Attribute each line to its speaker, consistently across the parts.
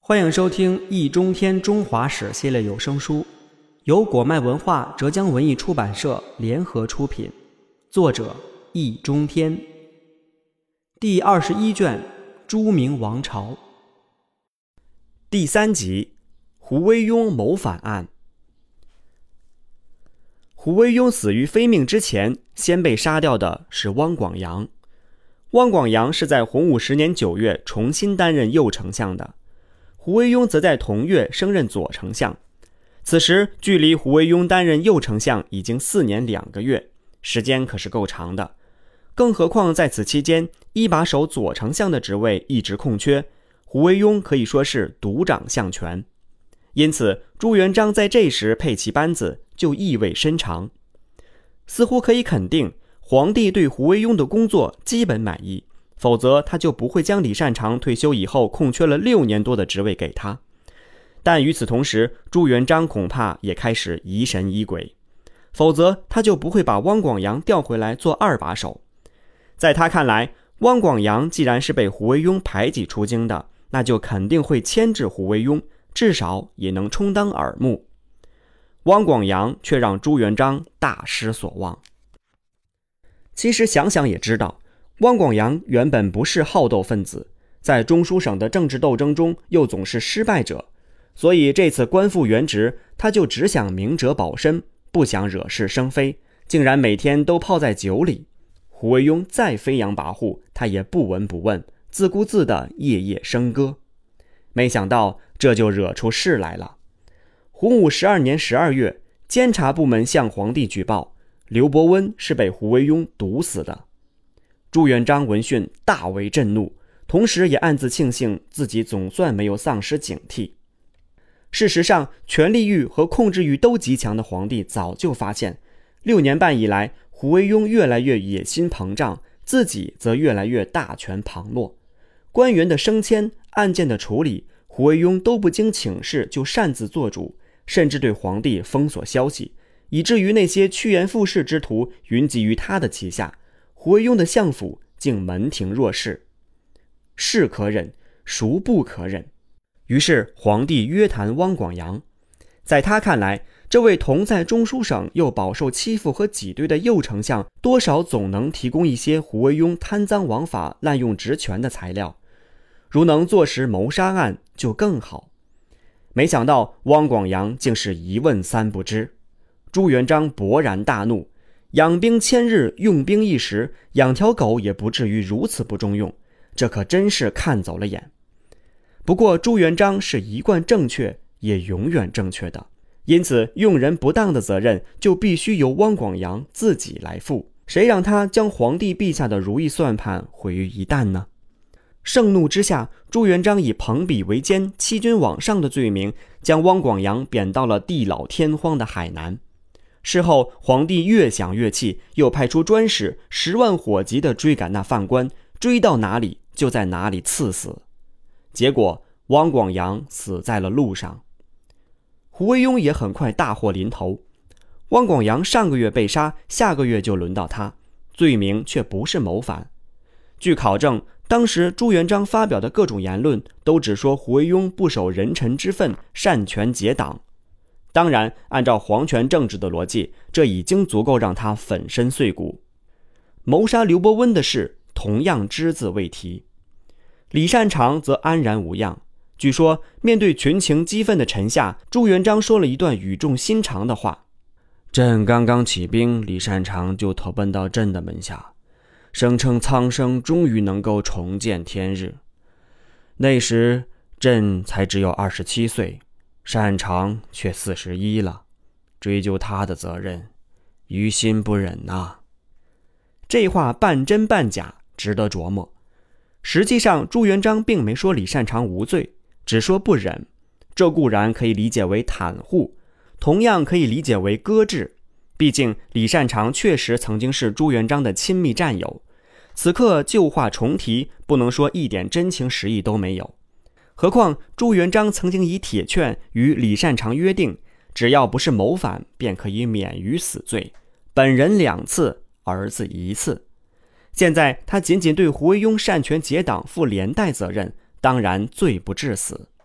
Speaker 1: 欢迎收听《易中天中华史》系列有声书，由果麦文化、浙江文艺出版社联合出品，作者易中天。第21卷，朱明王朝。第3集，胡惟庸谋反案。胡惟庸死于非命之前，先被杀掉的是汪广洋。汪广洋是在洪武10年9月重新担任右丞相的。胡惟庸则在同月升任左丞相，此时距离胡惟庸担任右丞相已经4年2个月，时间可是够长的。更何况在此期间，一把手左丞相的职位一直空缺，胡惟庸可以说是独掌相权。因此朱元璋在这时配其班子就意味深长。似乎可以肯定，皇帝对胡惟庸的工作基本满意，否则他就不会将李善长退休以后空缺了6年多的职位给他。但与此同时，朱元璋恐怕也开始疑神疑鬼，否则他就不会把汪广洋调回来做2把手。在他看来，汪广洋既然是被胡惟庸排挤出京的，那就肯定会牵制胡惟庸，至少也能充当耳目。汪广洋却让朱元璋大失所望。其实想想也知道，汪广洋原本不是好斗分子，在中书省的政治斗争中又总是失败者，所以这次官复原职，他就只想明哲保身，不想惹是生非，竟然每天都泡在酒里。胡惟庸再飞扬跋扈，他也不闻不问，自顾自地夜夜笙歌。没想到这就惹出事来了。洪武12年12月，监察部门向皇帝举报，刘伯温是被胡惟庸毒死的。朱元璋闻讯大为震怒，同时也暗自庆幸自己总算没有丧失警惕。事实上，权力欲和控制欲都极强的皇帝早就发现，6年半以来，胡惟庸越来越野心膨胀，自己则越来越大权旁落。官员的升迁、案件的处理，胡惟庸都不经请示就擅自做主，甚至对皇帝封锁消息，以至于那些趋炎附势之徒云集于他的旗下，胡惟庸的相府竟门庭若市。是可忍，孰不可忍？于是皇帝约谈汪广洋。在他看来，这位同在中书省又饱受欺负和挤兑的右丞相，多少总能提供一些胡惟庸贪赃枉法、滥用职权的材料，如能坐实谋杀案就更好。没想到汪广洋竟是一问三不知。朱元璋勃然大怒，养兵千日，用兵一时，养条狗也不至于如此不中用，这可真是看走了眼。不过朱元璋是一贯正确，也永远正确的，因此用人不当的责任就必须由汪广洋自己来负。谁让他将皇帝陛下的如意算盘毁于一旦呢？盛怒之下，朱元璋以朋比为奸、欺君罔上的罪名，将汪广洋贬到了地老天荒的海南。事后皇帝越想越气，又派出专使10万火急地追赶那犯官，追到哪里就在哪里刺死。结果汪广洋死在了路上。胡惟庸也很快大祸临头。汪广洋上个月被杀，下个月就轮到他，罪名却不是谋反。据考证，当时朱元璋发表的各种言论都只说胡惟庸不守人臣之分，擅权结党。当然，按照皇权政治的逻辑，这已经足够让他粉身碎骨。谋杀刘伯温的事同样只字未提。李善长则安然无恙。据说面对群情激愤的臣下，朱元璋说了一段语重心长的话：朕刚刚起兵，李善长就投奔到朕的门下，声称苍生终于能够重见天日。那时朕才只有27岁，善长却41了，追究他的责任，于心不忍呐。这话半真半假，值得琢磨。实际上朱元璋并没说李善长无罪，只说不忍，这固然可以理解为袒护，同样可以理解为搁置。毕竟李善长确实曾经是朱元璋的亲密战友，此刻旧话重提，不能说一点真情实意都没有。何况朱元璋曾经以铁券与李善长约定，只要不是谋反，便可以免于死罪，本人2次，儿子1次。现在他仅仅对胡惟庸擅权结党负连带责任，当然罪不至死。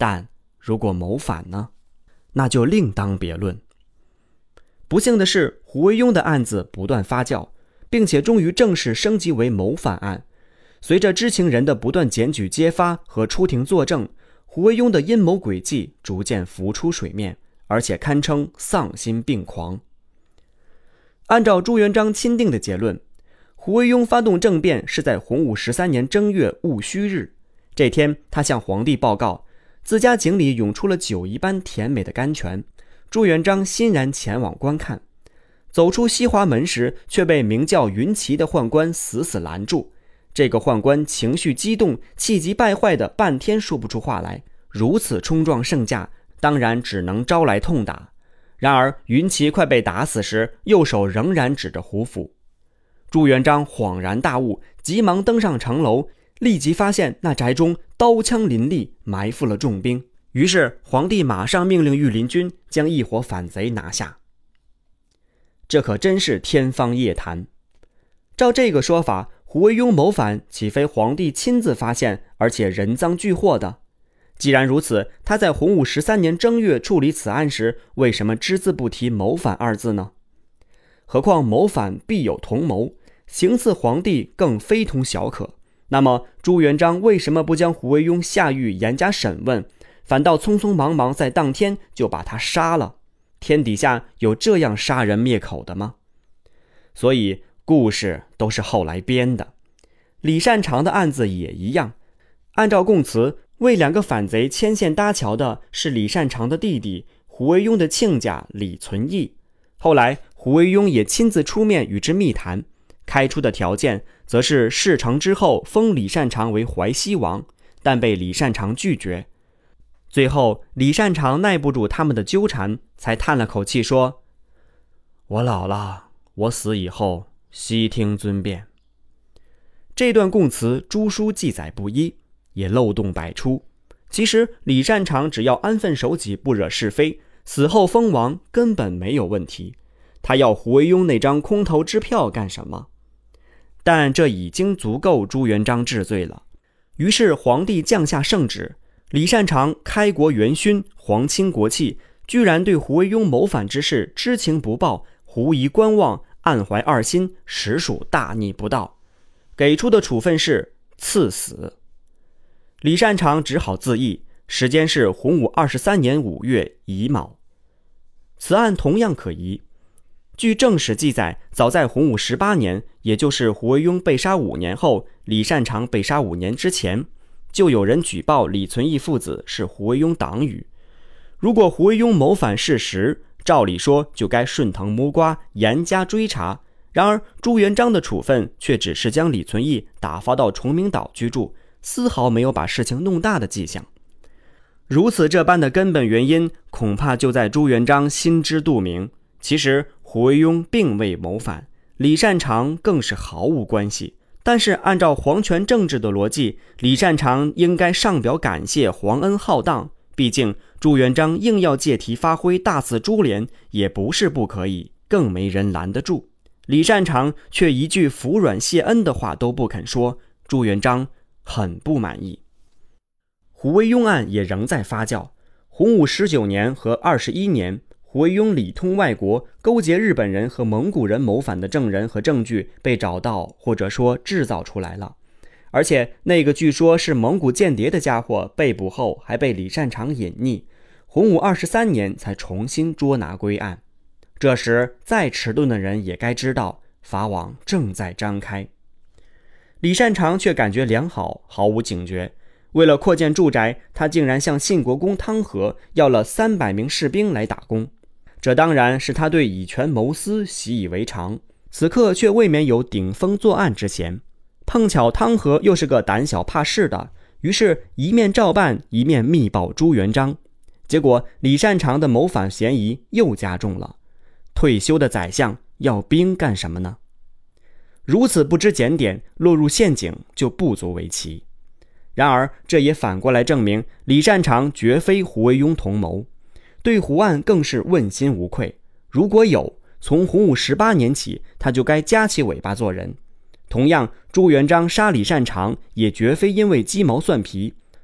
Speaker 1: 但如果谋反呢？那就另当别论。不幸的是，胡惟庸的案子不断发酵，并且终于正式升级为谋反案。随着知情人的不断检举揭发和出庭作证，胡惟庸的阴谋诡计逐渐浮出水面，而且堪称丧心病狂。按照朱元璋钦定的结论，胡惟庸发动政变是在洪武13年正月戊戌日。这天，他向皇帝报告，自家井里涌出了酒一般甜美的甘泉。朱元璋欣然前往观看，走出西华门时，却被名叫云奇的宦官死死拦住。这个宦官情绪激动，气急败坏的半天说不出话来。如此冲撞圣驾，当然只能招来痛打。然而云奇快被打死时，右手仍然指着胡府。朱元璋恍然大悟，急忙登上城楼，立即发现那宅中刀枪林立，埋伏了重兵。于是皇帝马上命令御林军将一伙反贼拿下。这可真是天方夜谭。照这个说法，胡惟庸谋反岂非皇帝亲自发现，而且人赃俱获的？既然如此，他在洪武13年正月处理此案时，为什么只字不提谋反二字呢？何况谋反必有同谋，行刺皇帝更非同小可。那么朱元璋为什么不将胡惟庸下狱严加审问，反倒匆匆忙忙在当天就把他杀了？天底下有这样杀人灭口的吗？所以故事都是后来编的。李善长的案子也一样，按照供词，为两个反贼牵线搭桥的是李善长的弟弟胡惟庸的亲家李存义。后来胡惟庸也亲自出面与之密谈，开出的条件则是事成之后封李善长为淮西王，但被李善长拒绝。最后李善长耐不住他们的纠缠，才叹了口气说：我老了，我死以后悉听尊便。这段供词朱书记载不一，也漏洞百出。其实李善长只要安分守己，不惹是非，死后封王根本没有问题。他要胡惟庸那张空头支票干什么？但这已经足够朱元璋治罪了。于是皇帝降下圣旨，李善长开国元勋，皇亲国戚，居然对胡惟庸谋反之事知情不报，狐疑观望，暗怀二心，实属大逆不道。给出的处分是赐死。李善长只好自缢，时间是洪武23年5月乙卯。此案同样可疑。据正史记载，早在洪武18年，也就是胡惟庸被杀5年后，李善长被杀5年之前，就有人举报李存义父子是胡惟庸党羽。如果胡惟庸谋反事实，照理说就该顺藤摸瓜，严加追查。然而朱元璋的处分却只是将李存义打发到崇明岛居住，丝毫没有把事情弄大的迹象。如此这般的根本原因，恐怕就在朱元璋心知肚明。其实胡惟庸并未谋反，李善长更是毫无关系。但是按照皇权政治的逻辑，李善长应该上表感谢皇恩浩荡，毕竟朱元璋硬要借题发挥大肆株连，也不是不可以，更没人拦得住。李善长却一句服软谢恩的话都不肯说，朱元璋很不满意。胡惟庸案也仍在发酵。洪武19年和21年，胡惟庸里通外国，勾结日本人和蒙古人谋反的证人和证据被找到，或者说制造出来了。而且那个据说是蒙古间谍的家伙被捕后还被李善长隐匿，洪武23年才重新捉拿归案。这时再迟钝的人也该知道，法网正在张开。李善长却感觉良好，毫无警觉。为了扩建住宅，他竟然向信国公汤和要了300名士兵来打工。这当然是他对以权谋私习以为常，此刻却未免有顶风作案之嫌。碰巧汤和又是个胆小怕事的，于是一面照办，一面密报朱元璋。结果李善长的谋反嫌疑又加重了。退休的宰相要兵干什么呢？如此不知检点，落入陷阱就不足为奇。然而这也反过来证明李善长绝非胡惟庸同谋，对胡案更是问心无愧。如果有，从洪武18年起，他就该夹起尾巴做人。同样，朱元璋杀李善长也绝非因为鸡毛蒜皮，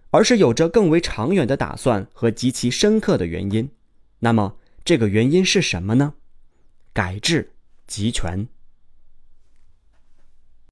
Speaker 1: 而是有着更为长远的打算和极其深刻的原因。那么这个原因是什么呢？改制集权。